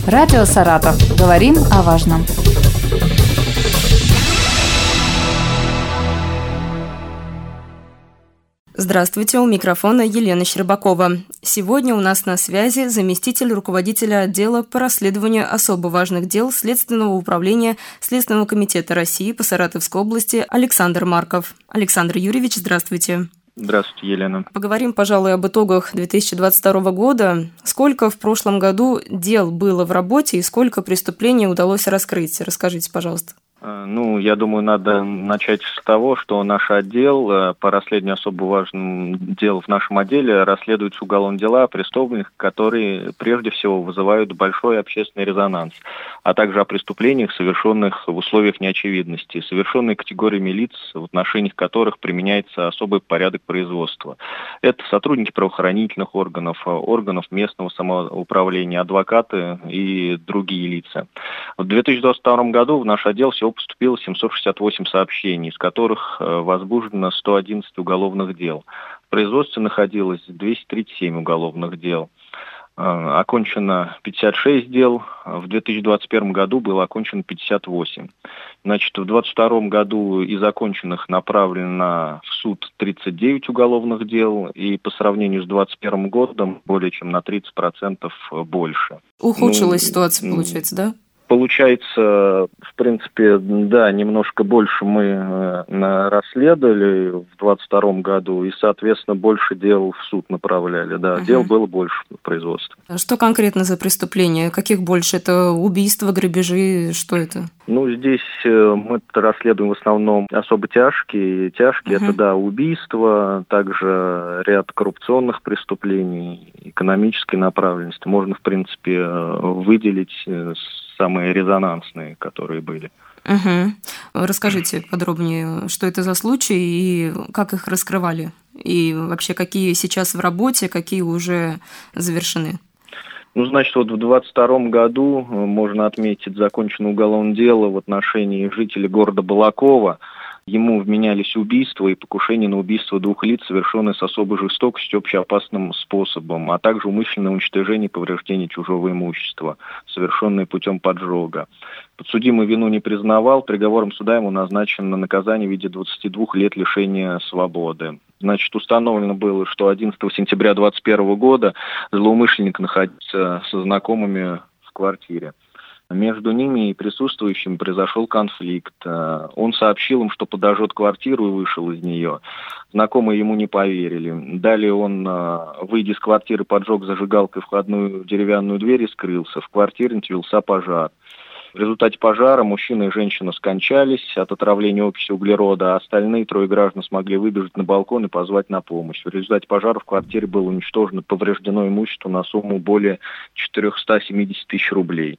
Радио «Саратов». Говорим о важном. Здравствуйте, у микрофона Елена Щербакова. Сегодня у нас на связи заместитель руководителя отдела по расследованию особо важных дел Следственного управления Следственного комитета России по Саратовской области Александр Марков. Александр Юрьевич, здравствуйте. Здравствуйте, Елена. Поговорим, пожалуй, об итогах 2022 года. Сколько в прошлом году дел было в работе и сколько преступлений удалось раскрыть? Расскажите, пожалуйста. Я думаю, надо начать с того, что наш отдел по расследованию особо важных дел в нашем отделе расследует уголовные дела о преступлениях, которые прежде всего вызывают большой общественный резонанс, а также о преступлениях, совершенных в условиях неочевидности, совершенные категориями лиц, в отношении которых применяется особый порядок производства. Это сотрудники правоохранительных органов, органов местного самоуправления, адвокаты и другие лица. В 2022 году в наш отдел всего поступило 768 сообщений, из которых возбуждено 111 уголовных дел. В производстве находилось 237 уголовных дел. Окончено 56 дел, в 2021 году было окончено 58. В 2022 году из оконченных направлено в суд 39 уголовных дел, и по сравнению с 2021 годом более чем на 30% больше. Ухудшилась ситуация, получается, да? Получается, в принципе, да, немножко больше мы расследовали в 2022 году, и, соответственно, больше дел в суд направляли. Да, дел было больше в производстве. А что конкретно за преступления? Каких больше? Это убийства, грабежи? Что это? Здесь мы расследуем в основном особо тяжкие. Это, да, убийства, также ряд коррупционных преступлений, экономической направленности. Можно, в принципе, выделить самые резонансные, которые были. Расскажите подробнее, что это за случаи и как их раскрывали? И вообще, какие сейчас в работе, какие уже завершены? В 2022 году можно отметить законченное уголовное дело в отношении жителей города Балакова. Ему вменялись убийства и покушение на убийство двух лиц, совершенные с особой жестокостью, общеопасным способом, а также умышленное уничтожение и повреждение чужого имущества, совершенное путем поджога. Подсудимый вину не признавал, приговором суда ему назначено наказание в виде 22 лет лишения свободы. Установлено было, что 11 сентября 2021 года злоумышленник находился со знакомыми в квартире. Между ними и присутствующими произошел конфликт. Он сообщил им, что подожжет квартиру, и вышел из нее. Знакомые ему не поверили. Далее он, выйдя из квартиры, поджег зажигалкой входную деревянную дверь и скрылся. В квартире начался пожар. В результате пожара мужчина и женщина скончались от отравления окиси углерода, а остальные 3 граждан смогли выбежать на балкон и позвать на помощь. В результате пожара в квартире было уничтожено, повреждено имущество на сумму более 470 тысяч рублей.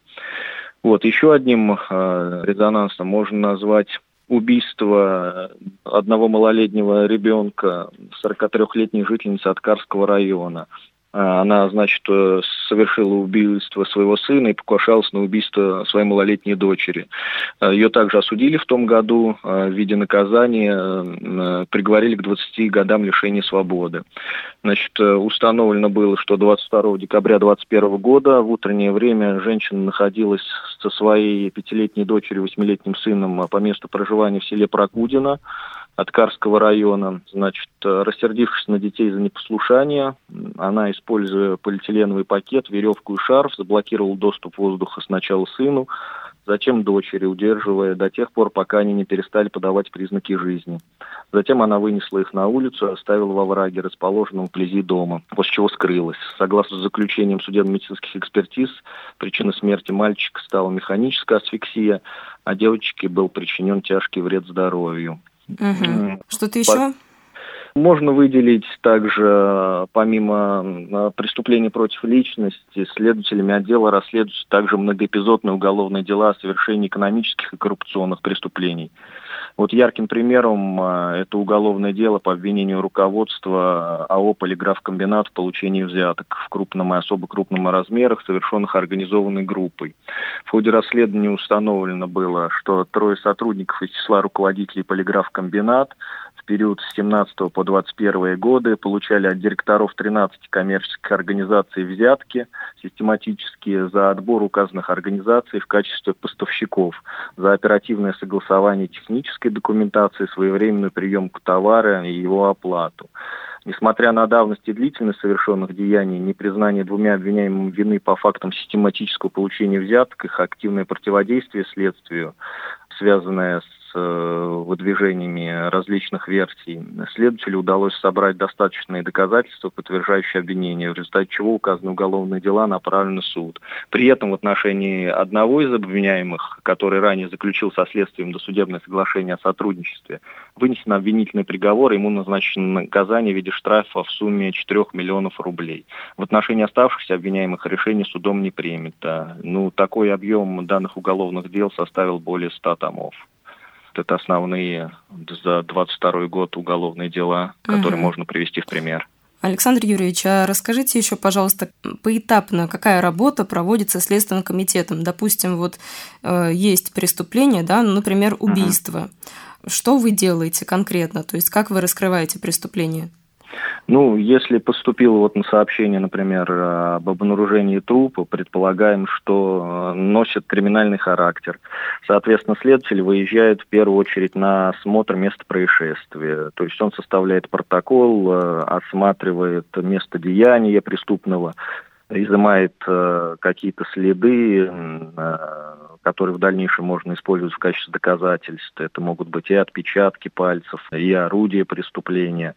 Еще одним резонансом можно назвать убийство одного малолетнего ребенка, 43-летней жительницы Аткарского района. Она, совершила убийство своего сына и покушалась на убийство своей малолетней дочери. Ее также осудили в том году в виде наказания, приговорили к 20 годам лишения свободы. Установлено было, что 22 декабря 2021 года в утреннее время женщина находилась со своей 5-летней дочерью и 8-летним сыном по месту проживания в селе Прокудино Аткарского района. Рассердившись на детей за непослушание, она, используя полиэтиленовый пакет, веревку и шарф, заблокировала доступ воздуха сначала сыну, затем дочери, удерживая до тех пор, пока они не перестали подавать признаки жизни. Затем она вынесла их на улицу и оставила во враге, расположенном вблизи дома, после чего скрылась. Согласно заключениям судебно-медицинских экспертиз, причиной смерти мальчика стала механическая асфиксия, а девочке был причинен тяжкий вред здоровью. Что-то еще? Можно выделить также, помимо преступлений против личности, следователями отдела расследуются также многоэпизодные уголовные дела о совершении экономических и коррупционных преступлений. Ярким примером это уголовное дело по обвинению руководства АО «Полиграфкомбинат» в получении взяток в крупном и особо крупном размерах, совершенных организованной группой. В ходе расследования установлено было, что 3 сотрудников из числа руководителей «Полиграфкомбинат» в период с 17 по 21 годы получали от директоров 13 коммерческих организаций взятки систематически за отбор указанных организаций в качестве поставщиков, за оперативное согласование технической документации, своевременную приемку товара и его оплату. Несмотря на давность и длительность совершенных деяний, непризнание двумя обвиняемыми вины по фактам систематического получения взяток, их активное противодействие следствию, связанное с выдвижениями различных версий, следователю удалось собрать достаточные доказательства, подтверждающие обвинение, в результате чего указанные уголовные дела направлены в суд. При этом в отношении одного из обвиняемых, который ранее заключил со следствием досудебное соглашение о сотрудничестве, вынесен обвинительный приговор, ему назначено наказание в виде штрафа в сумме 4 миллионов рублей. В отношении оставшихся обвиняемых решение судом не принято. Такой объем данных уголовных дел составил более 100 томов. Это основные за 22 год уголовные дела, которые можно привести в пример. Александр Юрьевич, а расскажите еще, пожалуйста, поэтапно, какая работа проводится Следственным комитетом? Допустим, есть преступление, например, убийство. Что вы делаете конкретно? То есть как вы раскрываете преступление? Если поступило сообщение, например, об обнаружении трупа, предполагаем, что носит криминальный характер. Соответственно, следователь выезжает в первую очередь на осмотр места происшествия. То есть он составляет протокол, осматривает место деяния преступного, изымает какие-то следы, которые в дальнейшем можно использовать в качестве доказательств. Это могут быть и отпечатки пальцев, и орудия преступления,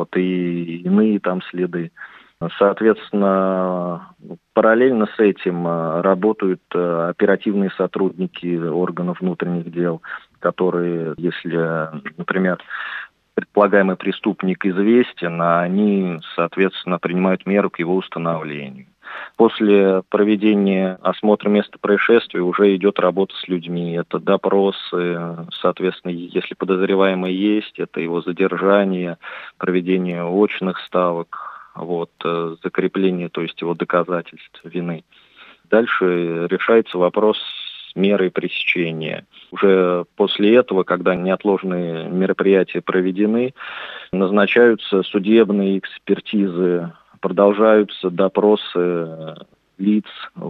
и иные там следы. Соответственно, параллельно с этим работают оперативные сотрудники органов внутренних дел, которые, если, например, предполагаемый преступник известен, они, соответственно, принимают меры к его установлению. После проведения осмотра места происшествия уже идет работа с людьми. Это допросы, соответственно, если подозреваемый есть, это его задержание, проведение очных ставок, закрепление, то есть его доказательств вины. Дальше решается вопрос с мерой пресечения. Уже после этого, когда неотложные мероприятия проведены, назначаются судебные экспертизы, продолжаются допросы лиц.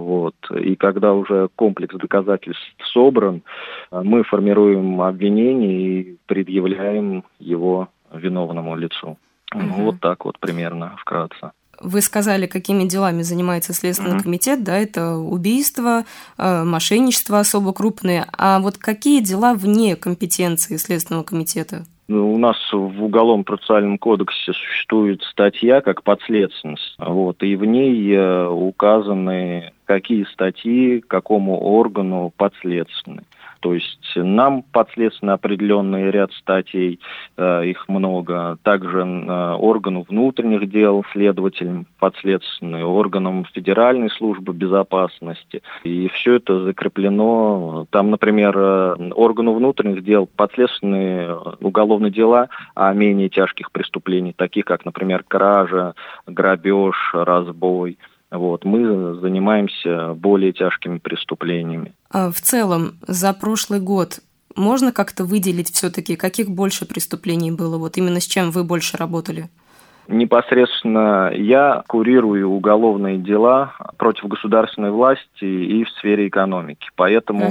И когда уже комплекс доказательств собран, мы формируем обвинение и предъявляем его виновному лицу. Так примерно, вкратце. Вы сказали, какими делами занимается Следственный комитет, это убийство, мошенничество особо крупные. А какие дела вне компетенции Следственного комитета? У нас в Уголовно-процессуальном кодексе существует статья как подследственность, и в ней указаны, какие статьи какому органу подследственны. То есть нам подследственно определенный ряд статей, их много. Также органу внутренних дел, следователям подследственные, органам Федеральной службы безопасности. И все это закреплено. Там, например, органу внутренних дел подследственные уголовные дела о менее тяжких преступлениях, таких как, например, кража, грабеж, разбой. Мы занимаемся более тяжкими преступлениями. А в целом, за прошлый год можно как-то выделить все-таки, каких больше преступлений было? Именно с чем вы больше работали? Непосредственно я курирую уголовные дела против государственной власти и в сфере экономики. Поэтому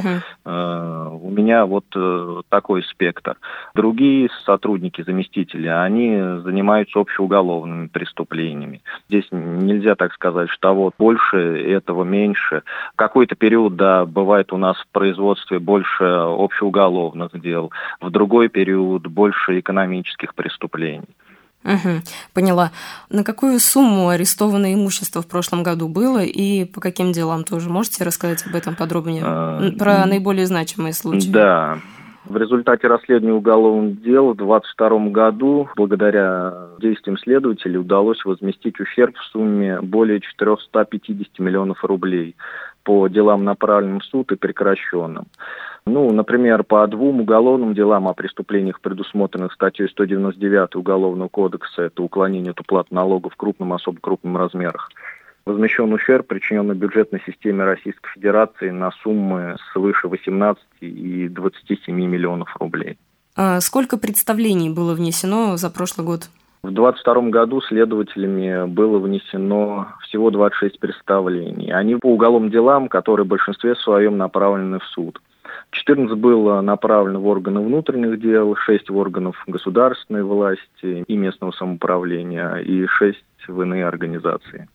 у меня такой спектр. Другие сотрудники, заместители, они занимаются общеуголовными преступлениями. Здесь нельзя так сказать, что больше, этого меньше. В какой-то период, бывает у нас в производстве больше общеуголовных дел, в другой период больше экономических преступлений. Поняла. На какую сумму арестовано имущество в прошлом году было и по каким делам тоже? Можете рассказать об этом подробнее? Про наиболее значимые случаи. Да. В результате расследования уголовных дел в 2022 году, благодаря действиям следователей, удалось возместить ущерб в сумме более 450 миллионов рублей по делам, направленным в суд и прекращенным. Например, по 2 уголовным делам о преступлениях, предусмотренных статьей 199 Уголовного кодекса, это уклонение от уплаты налогов в крупном и особо крупном размерах, возмещен ущерб, причиненный бюджетной системе Российской Федерации на суммы свыше 18 и 27 миллионов рублей. Сколько представлений было внесено за прошлый год? В 2022 году следователями было внесено всего 26 представлений. Они по уголовным делам, которые в большинстве своем направлены в суд. 14 было направлено в органы внутренних дел, 6 в органов государственной власти и местного самоуправления, и 6 в иные организации.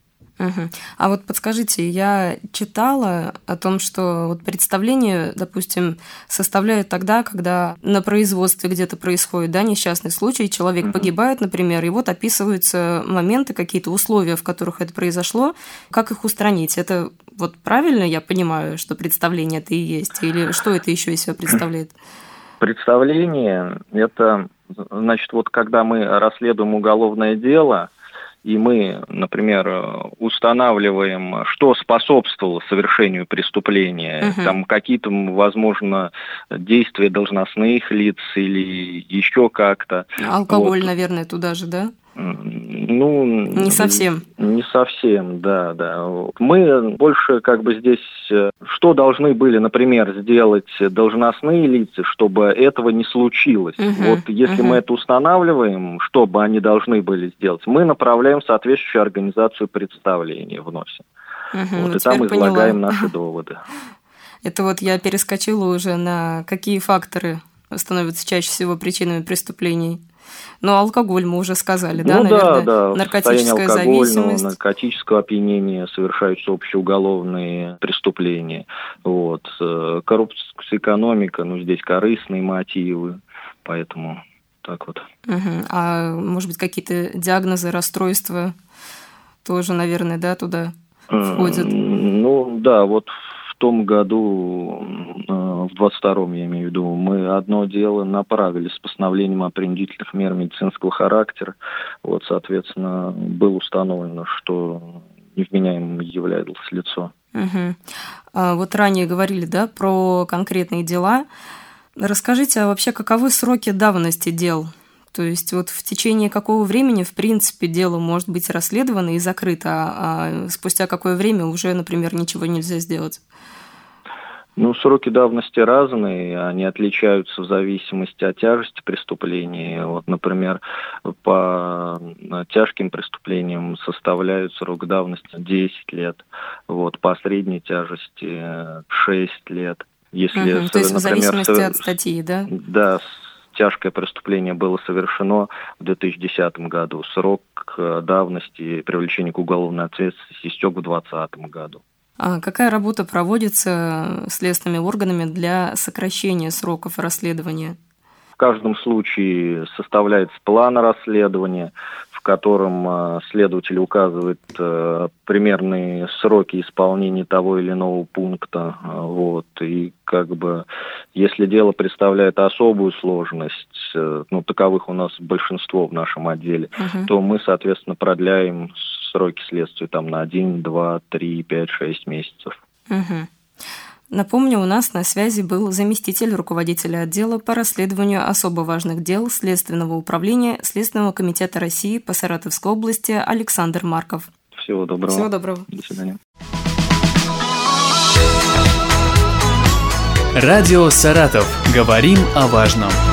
А вот подскажите, я читала о том, что вот представление, допустим, составляют тогда, когда на производстве где-то происходит, да, несчастный случай, человек погибает, например, и вот описываются моменты, какие-то условия, в которых это произошло, как их устранить. Это вот правильно я понимаю, что представление это и есть, или что это еще из себя представляет? Представление – это, значит, вот когда мы расследуем уголовное дело, и мы, например, устанавливаем, что способствовало совершению преступления, там какие-то, возможно, действия должностных лиц или еще как-то. Алкоголь, вот. Наверное, туда же, да? Ну, не совсем. Не совсем, да. Мы больше как бы здесь, что должны были, например, сделать должностные лица, чтобы этого не случилось. Вот если мы это устанавливаем, что бы они должны были сделать, мы направляем в соответствующую организацию представления, вносим. Вот, и там излагаем наши доводы. Это вот я перескочила уже на какие факторы становятся чаще всего причинами преступлений. Но алкоголь мы уже сказали, да, наверное? Да. Наркотическая зависимость. Наркотического опьянения совершаются общеуголовные преступления. Вот. Коррупция, экономика, здесь корыстные мотивы, поэтому так вот. А может быть, какие-то диагнозы, расстройства тоже, наверное, да, туда входят? Вот в том году, в 22-м, я имею в виду, мы одно дело направили с постановлением о принудительных мер медицинского характера. Вот, соответственно, было установлено, что невменяемым являлось лицо. Вот ранее говорили, да, про конкретные дела. Расскажите, а вообще каковы сроки давности дел? То есть вот в течение какого времени, в принципе, дело может быть расследовано и закрыто, а спустя какое время уже, например, ничего нельзя сделать? Сроки давности разные, они отличаются в зависимости от тяжести преступления. Вот, например, по тяжким преступлениям составляют срок давности 10 лет, вот, по средней тяжести 6 лет. Если, то есть, например, в зависимости от статьи, да? Да, тяжкое преступление было совершено в 2010 году. Срок давности привлечения к уголовной ответственности истек в 2020 году. А какая работа проводится следственными органами для сокращения сроков расследования? В каждом случае составляется план расследования, в котором следователь указывает примерные сроки исполнения того или иного пункта. Вот. И если дело представляет особую сложность, таковых у нас большинство в нашем отделе, то мы, соответственно, продляем сроки следствия на 1, 2, 3, 5, 6 месяцев. Напомню, у нас на связи был заместитель руководителя отдела по расследованию особо важных дел Следственного управления Следственного комитета России по Саратовской области Александр Марков. Всего доброго. Всего доброго. До свидания. Радио «Саратов». Говорим о важном.